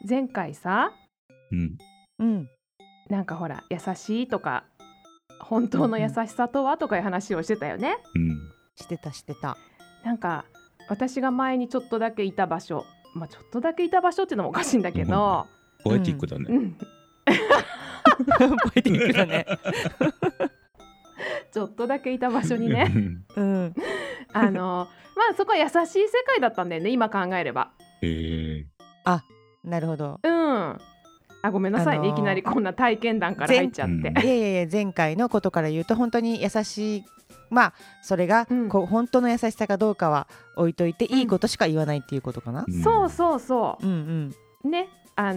前回さ、 うん、 なんかほら優しいとか本当の優しさとはとかいう話をしてたよね。 してた。 なんか私が前にちょっとだけいた場所、ちょっとだけいた場所っていうのもおかしいんだけど、 ポエティックだね。 ポエティックだね。 ちょっとだけいた場所にねそこは優しい世界だったんだよね、今考えれば。 なるほど。 ごめんなさいね、いきなりこんな体験談から入っちゃって。 いや前回のことから言うと本当に優しい、それが本当の優しさかどうかは置いといて、いいことしか言わないっていうことかな。 そう、ね、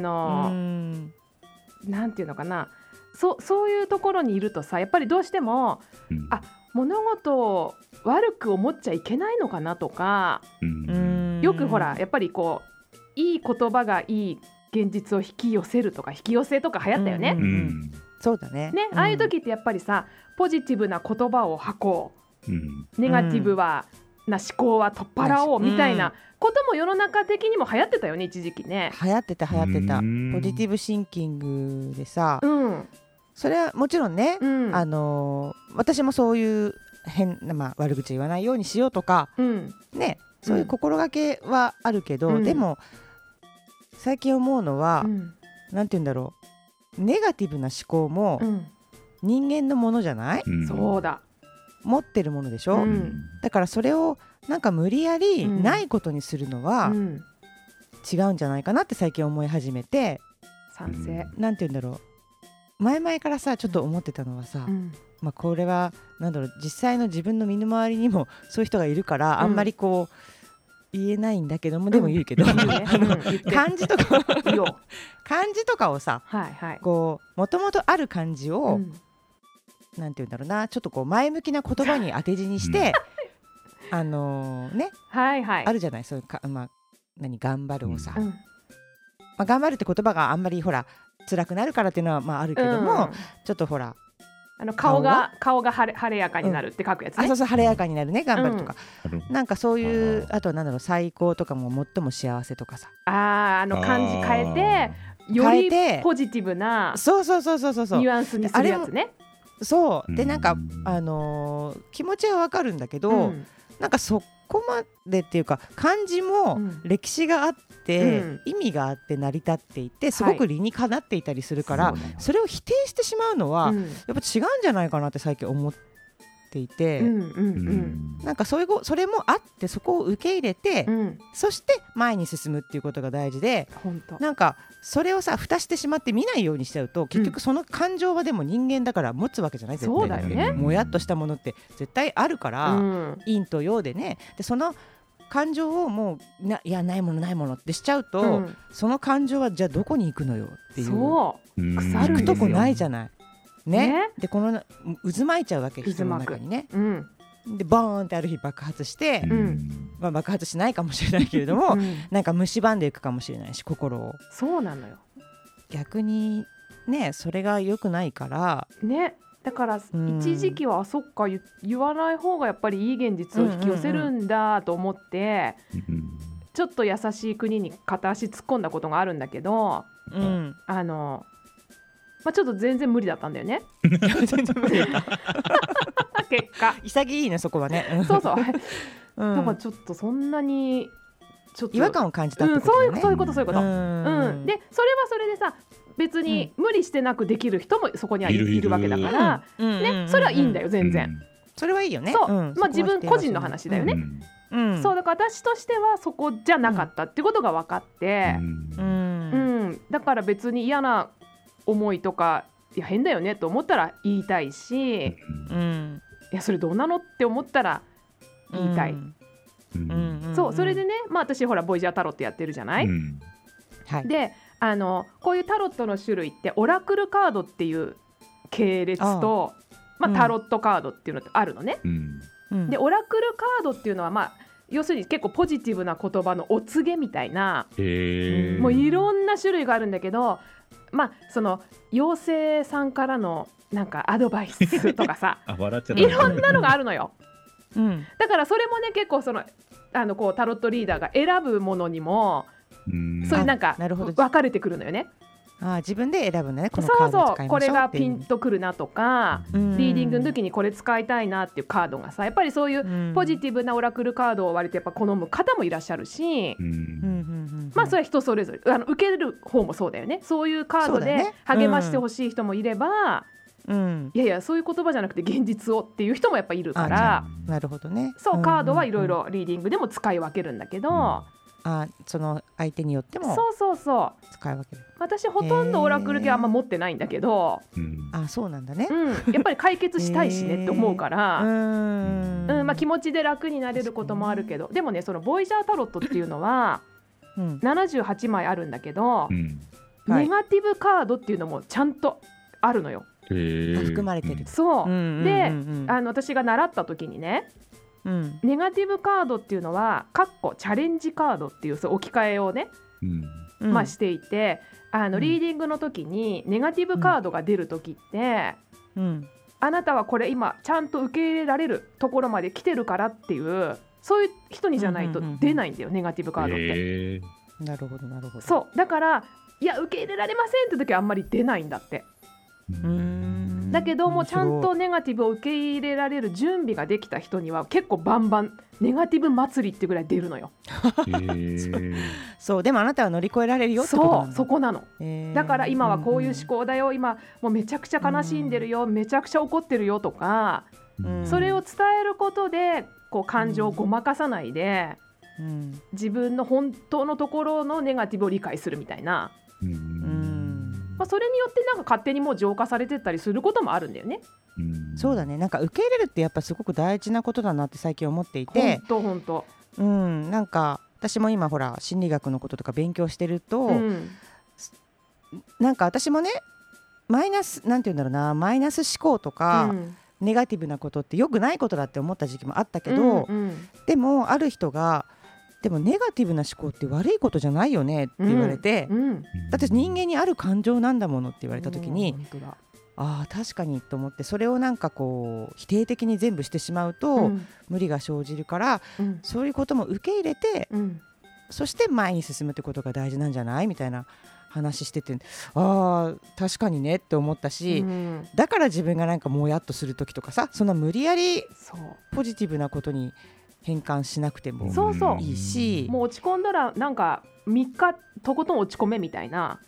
なんていうのかな、そういうところにいるとさ、やっぱりどうしても、物事を悪く思っちゃいけないのかなとか、よくほらやっぱりこういい言葉がいい現実を引き寄せるとか引き寄せとか流行ったよね。 そうだね。 ああいう時ってやっぱりさ、ポジティブな言葉を吐こう、ネガティブな思考は取っ払おうみたいなことも世の中的にも流行ってたよね、一時期ね。 流行ってた。ポジティブシンキングでさ、それはもちろんね、私もそういう悪口言わないようにしようとか、ね、そういう心がけはあるけど、でも最近思うのは、なんて言うんだろう、ネガティブな思考も人間のものじゃない？ そうだ、 持ってるものでしょ。だからそれをなんか無理やりないことにするのは違うんじゃないかなって最近思い始めて。 賛成。 なんて言うんだろう、前々からさちょっと思ってたのはさ、これはなんだろう、実際の自分の身の回りにもそういう人がいるから、あんまりこう言えないんだけども、でも言うけど、漢字とかをさ、こうもともとある漢字を、なんて言うんだろうな、ちょっとこう前向きな言葉に当て字にしてあるじゃない、そういう頑張るをさ、頑張るって言葉があんまりほら辛くなるからっていうのはあるけども、ちょっとほら顔が晴れやかになるって書くやつね。 そう晴れやかになるね、頑張るとか、なんかそういう、あとなんだろう、最高とかも最も幸せとかさ、 漢字変えてよりポジティブなニュアンスにするやつね。 そうで、なんか気持ちはわかるんだけど、なんかそこまでっていうか、漢字も歴史があって、意味があって成り立っていて、すごく理にかなっていたりするから、それを否定してしまうのは、やっぱ違うんじゃないかなって最近思っていて、なんかそれもあって、そこを受け入れて、そして前に進むっていうことが大事で、なんかそれをさ蓋してしまって見ないようにしちゃうと、結局その感情はでも人間だから持つわけじゃない、絶対。 そうだよね。 もやっとしたものって絶対あるから、陰と陽でね。でその感情をもういやないものってしちゃうと、その感情はじゃあどこに行くのよっていう、 腐るんですよ。 行くとこないじゃないね。でこの渦巻いちゃうわけ、人の中にね。でボーンってある日爆発して、爆発しないかもしれないけれども、なんか蝕んでいくかもしれないし、心を。 そうなのよ。 逆にね、それが良くないからね。だから一時期はそっか、言わない方がやっぱりいい現実を引き寄せるんだと思って、ちょっと優しい国に片足突っ込んだことがあるんだけど、ちょっと全然無理だったんだよね。全然無理だった結果潔いね、そこはね。 そうだからちょっとそんなにちょっと違和感を感じたってことだよね。 そういうことで、それはそれでさ、別に無理してなくできる人もそこにはいるわけだから、それはいいんだよ、全然。 それはいいよね。 自分個人の話だよね。そうだから私としてはそこじゃなかったってことが分かって、だから別に嫌な思いとか、いや変だよねと思ったら言いたいし、いやそれどうなのって思ったら言いたい。それでね、私ほらボイジャータロットやってるじゃない。でこういうタロットの種類ってオラクルカードっていう系列と、タロットカードっていうのってあるのね。でオラクルカードっていうのは、要するに結構ポジティブな言葉のお告げみたいな、もういろんな種類があるんだけど、その妖精さんからのなんかアドバイスとかさいろんなのがあるのよ。だからそれもね、結構こうタロットリーダーが選ぶものにもそういうなんか分かれてくるのよね。 自分で選ぶのね。このカードを使いましょうっていう。 これがピンとくるなとか、リーディングの時にこれ使いたいなっていうカードがさ、やっぱりそういうポジティブなオラクルカードを割とやっぱ好む方もいらっしゃるし、まあそれは人それぞれ、受ける方もそうだよね。そういうカードで励ましてほしい人もいれば、いやいやそういう言葉じゃなくて現実をっていう人もやっぱいるから、 なるほどね。 そう、カードはいろいろリーディングでも使い分けるんだけど、 その相手によっても使い分ける。 私ほとんどオラクル系あんま持ってないんだけど、 そうなんだね。 やっぱり解決したいしねって思うから、まあ、気持ちで楽になれることもあるけど、でもねそのボイジャータロットっていうのは78枚あるんだけど、ネガティブカードっていうのもちゃんとあるのよ。 含まれてる。 そうで、私が習った時にね、ネガティブカードっていうのはチャレンジカードっていう置き換えをね、まあ、していて、リーディングの時にネガティブカードが出る時って、あなたはこれ今ちゃんと受け入れられるところまで来てるからっていう、そういう人にじゃないと出ないんだよ、ネガティブカードって。 なるほどなるほど。 そうだから、いや受け入れられませんって時はあんまり出ないんだって。だけどもちゃんとネガティブを受け入れられる準備ができた人には結構バンバンネガティブ祭りってぐらい出るのよ。 そうでもあなたは乗り越えられるよってことなの。 そこなの。だから今はこういう思考だよ、今もうめちゃくちゃ悲しんでるよ、めちゃくちゃ怒ってるよとか、それを伝えることでこう感情をごまかさないで、自分の本当のところのネガティブを理解するみたいな、まあ、それによってなんか勝手にもう浄化されてったりすることもあるんだよね。 そうだね。なんか受け入れるってやっぱすごく大事なことだなって最近思っていて、 本当なんか私も今ほら心理学のこととか勉強してると、なんか私もねなんていうんだろうな、マイナス思考とか、ネガティブなことって良くないことだって思った時期もあったけど、でもある人がでもネガティブな思考って悪いことじゃないよねって言われて、だって人間にある感情なんだものって言われた時に、確かにと思って、それをなんかこう否定的に全部してしまうと、無理が生じるから、そういうことも受け入れて、そして前に進むってことが大事なんじゃないみたいな話してて、確かにねって思ったし、だから自分がなんかもやっとする時とかさ、そんな無理やりポジティブなことに変換しなくてもいいし、 もう落ち込んだらなんか3日とことん落ち込めみたいな、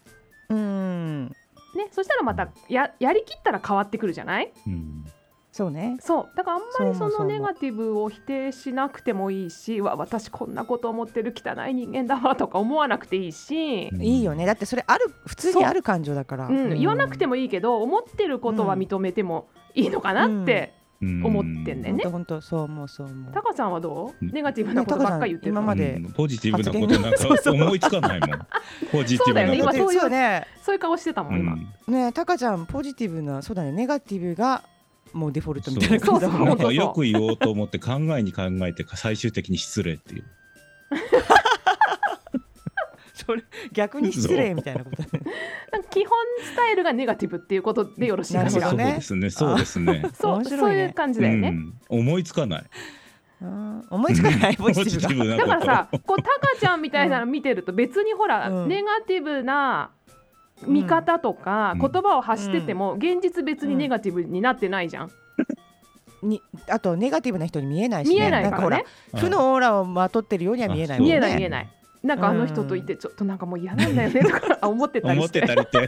そしたらまた やりきったら変わってくるじゃない。 そうね。 そうだからあんまりそのネガティブを否定しなくてもいいし、私こんなこと思ってる汚い人間だわとか思わなくていいし、 いいよね。だってそれ普通にある感情だから、 言わなくてもいいけど思ってることは認めてもいいのかなって思ってんだよね。 本当そう思う。 タカさんはどう？ネガティブなことばっかり言ってるの？ 今までポジティブなことなんか思いつかないもん。ポジティブなこと。 今そういう顔してたもん今。 ね、タカちゃんポジティブな、そうだね、ネガティブがもうデフォルトみたいな感じだもんね。 なんかよく言おうと思って考えて最終的に失礼っていう。 それ逆に失礼みたいなこと。 基本スタイルがネガティブっていうことでよろしいかしら。 そうですね。 そういう感じだよね。 思いつかない。 思いつかないポジティブが。だからさ、こうタカちゃんみたいなの見てると別にほら、ネガティブな見方とか言葉を発してても、現実別にネガティブになってないじゃん。 あとネガティブな人に見えないしね。 見えないからね。 負のオーラをまとってるようには見えないもんね。 見えない。なんかあの人といてちょっとなんかもう嫌なんだよねとか思ってたりして。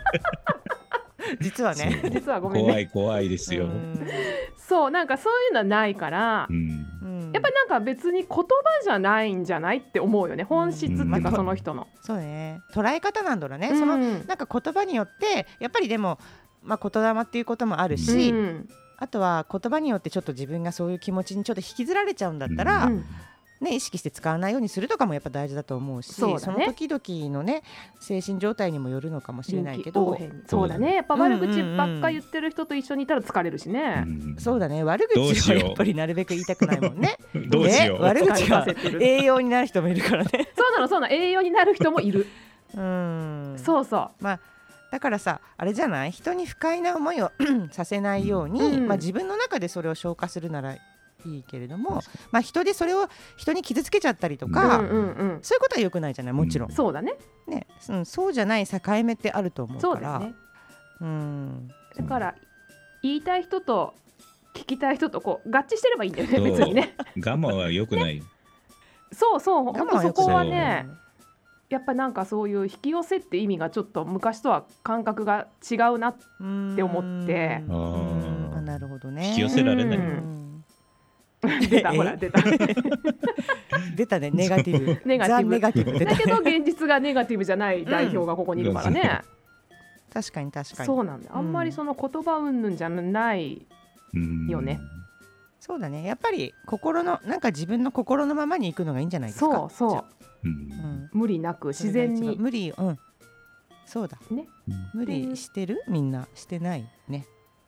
実はね。 実はごめんね。 怖いですよ。 そうなんかそういうのはないから、やっぱりなんか別に言葉じゃないんじゃないって思うよね。本質っていうかその人の。 そうね。捉え方なんだろうね。そのなんか言葉によってやっぱりでも言霊っていうこともあるし、あとは言葉によってちょっと自分がそういう気持ちにちょっと引きずられちゃうんだったら。意識して使わないようにするとかもやっぱ大事だと思うし、その時々のね精神状態にもよるのかもしれないけど、 そうだね。やっぱ悪口ばっか言ってる人と一緒にいたら疲れるしね。 そうだね。悪口はやっぱりなるべく言いたくないもんね。 どうしよう。 悪口が栄養になる人もいるからね。 そうなの栄養になる人もいる。そうだからさ、あれじゃない、人に不快な思いをさせないように、自分の中でそれを消化するならいいけれども、まあ人でそれを人に傷つけちゃったりとか、そういうことは良くないじゃない、もちろん。 そうだね。 ね、そうじゃない境目ってあると思うから。 そうだね。だから言いたい人と聞きたい人とこう合致してればいいんだよね、別にね。 我慢は良くない。 そう本当そこはね。やっぱなんかそういう引き寄せって意味がちょっと昔とは感覚が違うなって思って。 なるほどね。 引き寄せられない。 出たほら出た出たね、ネガティブ。 ネガティブだけど現実がネガティブじゃない代表がここにいるからね。 確かに確かに。 そうなんだ。あんまりその言葉云々じゃないよね。 そうだね。やっぱり心のなんか自分の心のままに行くのがいいんじゃないですか。 そう。無理なく自然に。 無理、そうだね。無理してる？みんなしてないね。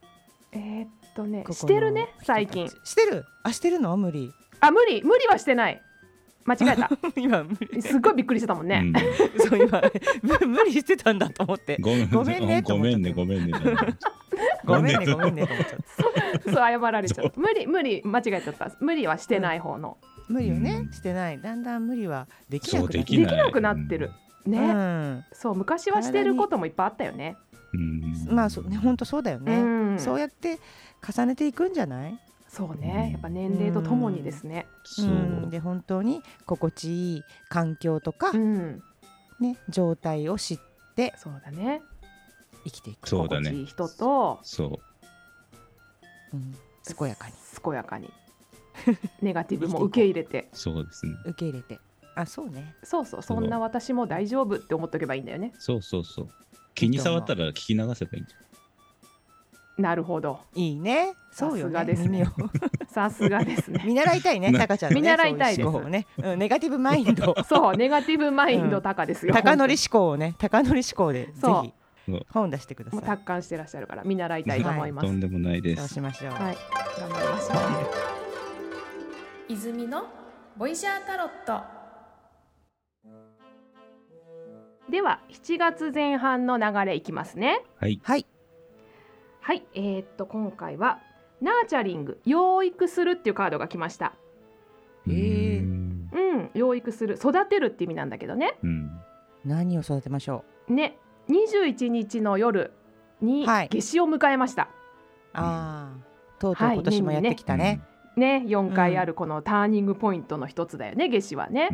してるね、最近。 してる？してるの？無理。 無理はしてない。間違えた。今すごいびっくりしてたもんね。 そう今無理してたんだと思って。 ごめんねと思っちゃった。 と思っちゃった。 そう謝られちゃった。無理間違えちゃった。無理はしてない方の。 無理をねしてない。だんだん無理はできなくなってる。ね。そう昔はしてることもいっぱいあったよね。 まあそうね、本当そうだよね。そうやって重ねていくんじゃない？ そうね、やっぱ年齢とともにですね。 で本当に心地いい環境とかね状態を知って、 そうだね、 生きていく。 そうだね。 心地いい人と、 健やかにネガティブも受け入れて、 そうですね。 受け入れて、そうね。 そんな私も大丈夫って思っておけばいいんだよね。 そう。気に障ったら聞き流せばいいんじゃん。 なるほど。 いいね。そうよね。 さすがですね。 見習いたいね、タカちゃん。 見習いたいです。 ネガティブマインド。 そう、ネガティブマインドタカですよ。 高乗り思考をね、高乗り思考でぜひ本出してください。 達観してらっしゃるから見習いたいと思います。 とんでもないです。 そうしましょう。 はい、頑張りましょう。泉のボイシャータロット。では7月前半の流れいきますね。 はい。 今回はナーチャリング、養育するっていうカードが来ました。養育する、育てるって意味なんだけどね。 何を育てましょうね。21日の夜に夏至を迎えました。 とうとう今年もやってきたね。 4回あるこのターニングポイントの一つだよね、夏至はね。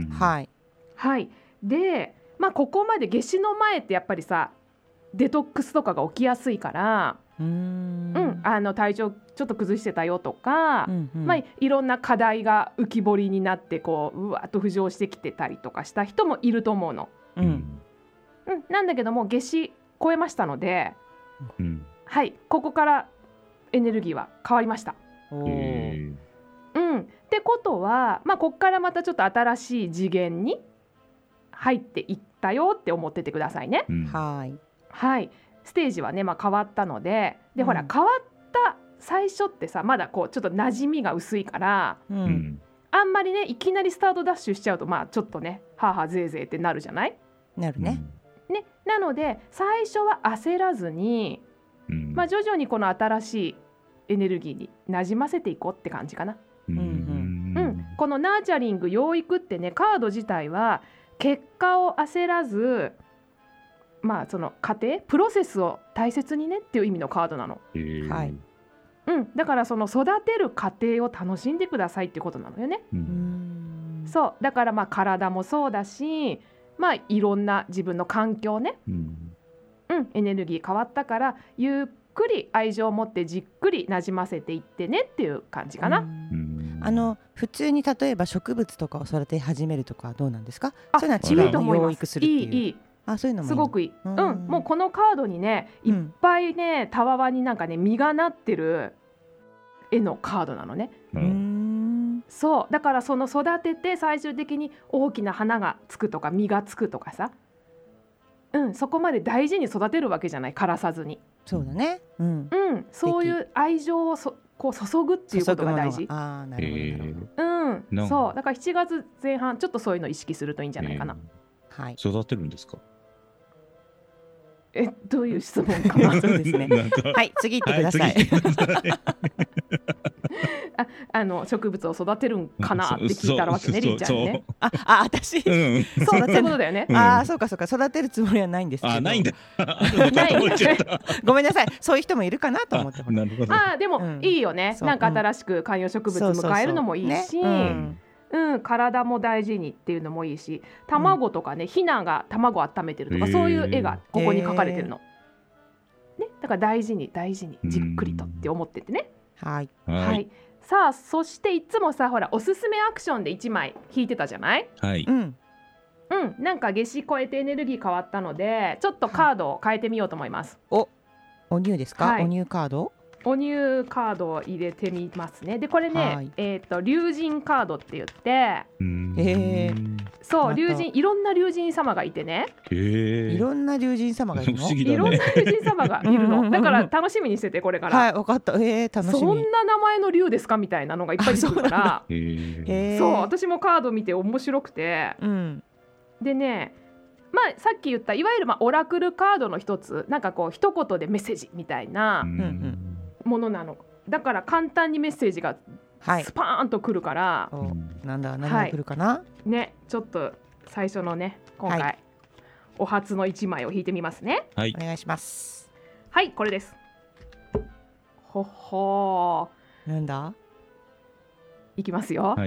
で、ここまで夏至の前ってやっぱりさ、デトックスとかが起きやすいから、体調ちょっと崩してたよとか、いろんな課題が浮き彫りになってこうわっと浮上してきてたりとかした人もいると思うの。なんだけども夏至超えましたので、ここからエネルギーは変わりました。ってことは、ここからまたちょっと新しい次元に入っていったよって思っててくださいね。ステージはね、変わったので、ほら変わった最初ってさ、まだこうちょっと馴染みが薄いから、あんまりねいきなりスタートダッシュしちゃうとちょっとねはあはあぜいぜいってなるじゃない？ なるね。 なので最初は焦らずに、徐々にこの新しいエネルギーになじませていこうって感じかな。このナーチャリング、養育ってね、カード自体は結果を焦らず、その過程、プロセスを大切にねっていう意味のカードなの。だからその育てる過程を楽しんでくださいってことなのよね。そうだから体もそうだし、いろんな自分の環境ね、エネルギー変わったからゆっくり愛情を持ってじっくりなじませていってねっていう感じかな。 普通に例えば植物とかを育て始めるとかどうなんですか？そういうのは違うの？養育するっていう。いいそういうのもいい。 すごくいい。もうこのカードにね、いっぱいね、たわわになんかね実がなってる絵のカードなのね。そうだからその育てて最終的に大きな花がつくとか実がつくとかさ、そこまで大事に育てるわけじゃない、枯らさずに。 そうだね。 そういう愛情をこう注ぐっていうことが大事。 なるほど。 そうだから7月前半ちょっとそういうのを意識するといいんじゃないかな。 育てるんですか？ どういう質問かな。 そうですね。はい、次行ってください。 植物を育てるんかなって聞いたわけね、りんちゃんにね。 私、 そういうことだよね。 そうか育てるつもりはないんですけど。 ないんだ。 ごめんなさい、そういう人もいるかなと思って。 でもいいよね。なんか新しく観葉植物迎えるのもいいし、体も大事にっていうのもいいし、卵とかね、ヒナが卵を温めてるとか、そういう絵がここに描かれてるの。ね、だから大事にじっくりとって思っててね。 はい。 さあ、そしていつもさ、ほらおすすめアクションで1枚引いてたじゃない？ はい。 なんか夏至超えてエネルギー変わったので、ちょっとカードを変えてみようと思います。 おニューですか？おニューカード？ おニューカードを入れてみますね。でこれね、龍神カードって言って、そう龍神、いろんな龍神様がいてね。 いろんな龍神様がいるの？ いろんな龍神様がいるの。だから楽しみにしてて、これから。 はい、分かった。楽しみ。 そんな名前の龍ですかみたいなのがいっぱい出てくるから。そう、私もカード見て面白くて。でね、さっき言ったいわゆるオラクルカードの一つ、なんかこう一言でメッセージみたいなものなの。だから簡単にメッセージがスパーンとくるから、 何が来るかな、 ね、ちょっと最初のね、今回、お初の1枚を引いてみますね。 お願いします。 はい、これです。ほほー、 なんだ、 いきますよ。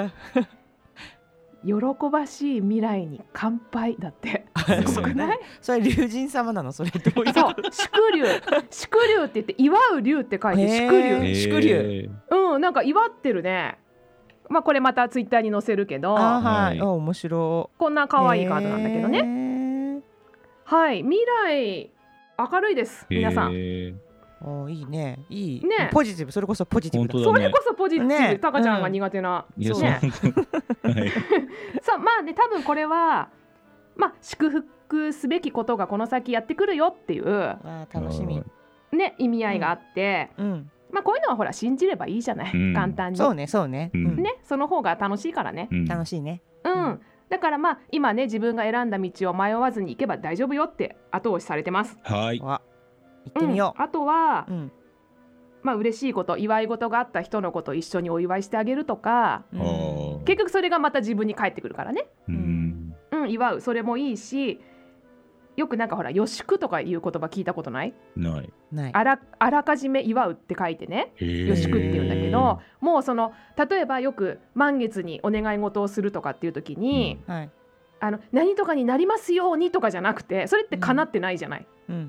喜ばしい未来に乾杯だって。すごくない？ それ龍神様なの？それどういう？ そう、祝龍って言って、祝う龍って書いて祝龍。なんか祝ってるね。これまたツイッターに載せるけど、 面白い。 こんな可愛いカードなんだけどね。はい、未来明るいです、皆さん。 いいね、いいね、ポジティブ、それこそポジティブだ。 それこそポジティブ、タカちゃんが苦手な。そうね。さあ、ね、多分これは祝福すべきことがこの先やってくるよっていう楽しみね、意味合いがあって、こういうのはほら信じればいいじゃない、簡単に。そうね、その方が楽しいからね。 楽しいね。 だから今ね、自分が選んだ道を迷わずに行けば大丈夫よって後押しされてます。 はい。 行ってみよう。 あとは、嬉しいこと、祝い事があった人のことを一緒にお祝いしてあげるとか、結局それがまた自分に返ってくるからね。祝う、それもいいし、よくなんかほら予祝とかいう言葉聞いたことない？ ない。 あらかじめ祝うって書いてね、予祝っていうんだけど、もうその例えばよく満月にお願い事をするとかっていう時に、何とかになりますようにとかじゃなくて、それって叶ってないじゃない。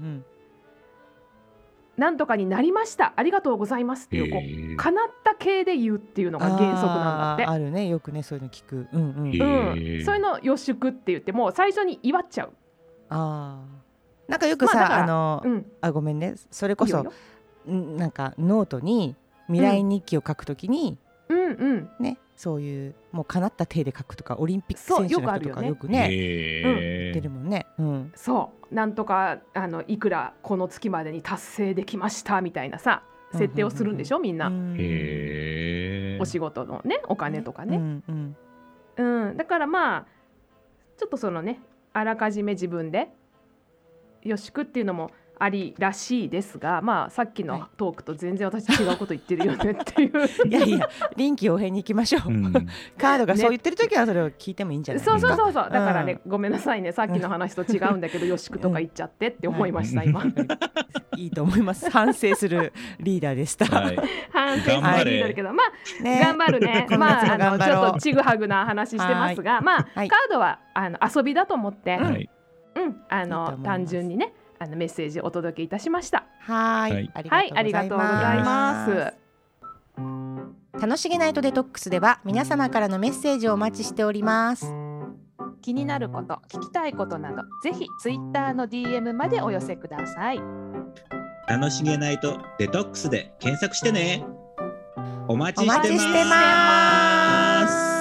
なんとかになりました、ありがとうございますっていう、叶った系で言うっていうのが原則なんだって。 あるね、よくね、そういうの聞く。 そういうの予祝って言って、もう最初に祝っちゃう。 なんかよくさ、ごめんね、それこそなんかノートに未来日記を書くときに、ね、そういうもう叶った体で書くとか、オリンピック選手の人とかよくね出るもんね。 そうなんとかいくらこの月までに達成できましたみたいなさ、設定をするんでしょ、みんな。お仕事のね、お金とかね。だからちょっとそのね、あらかじめ自分で予祝っていうのもありらしいですが、さっきのトークと全然私違うこと言ってるよねっていう。 いや臨機応変に行きましょう。カードがそう言ってる時はそれを聞いてもいいんじゃないですか。 そうだからね、ごめんなさいね、さっきの話と違うんだけど予祝とか言っちゃってって思いました、今。 いいと思います。反省するリーダーでした。 反省するリーダーだけど、頑張るね。ちょっとちぐはぐな話してますが、カードは遊びだと思って、単純にね、メッセージをお届けいたしました。 はい、ありがとうございます。楽しげナイトデトックスでは皆様からのメッセージをお待ちしております。 気になること、聞きたいことなど、ぜひツイッターの DM までお寄せください。 楽しげナイトデトックスで検索してね。お待ちしてます。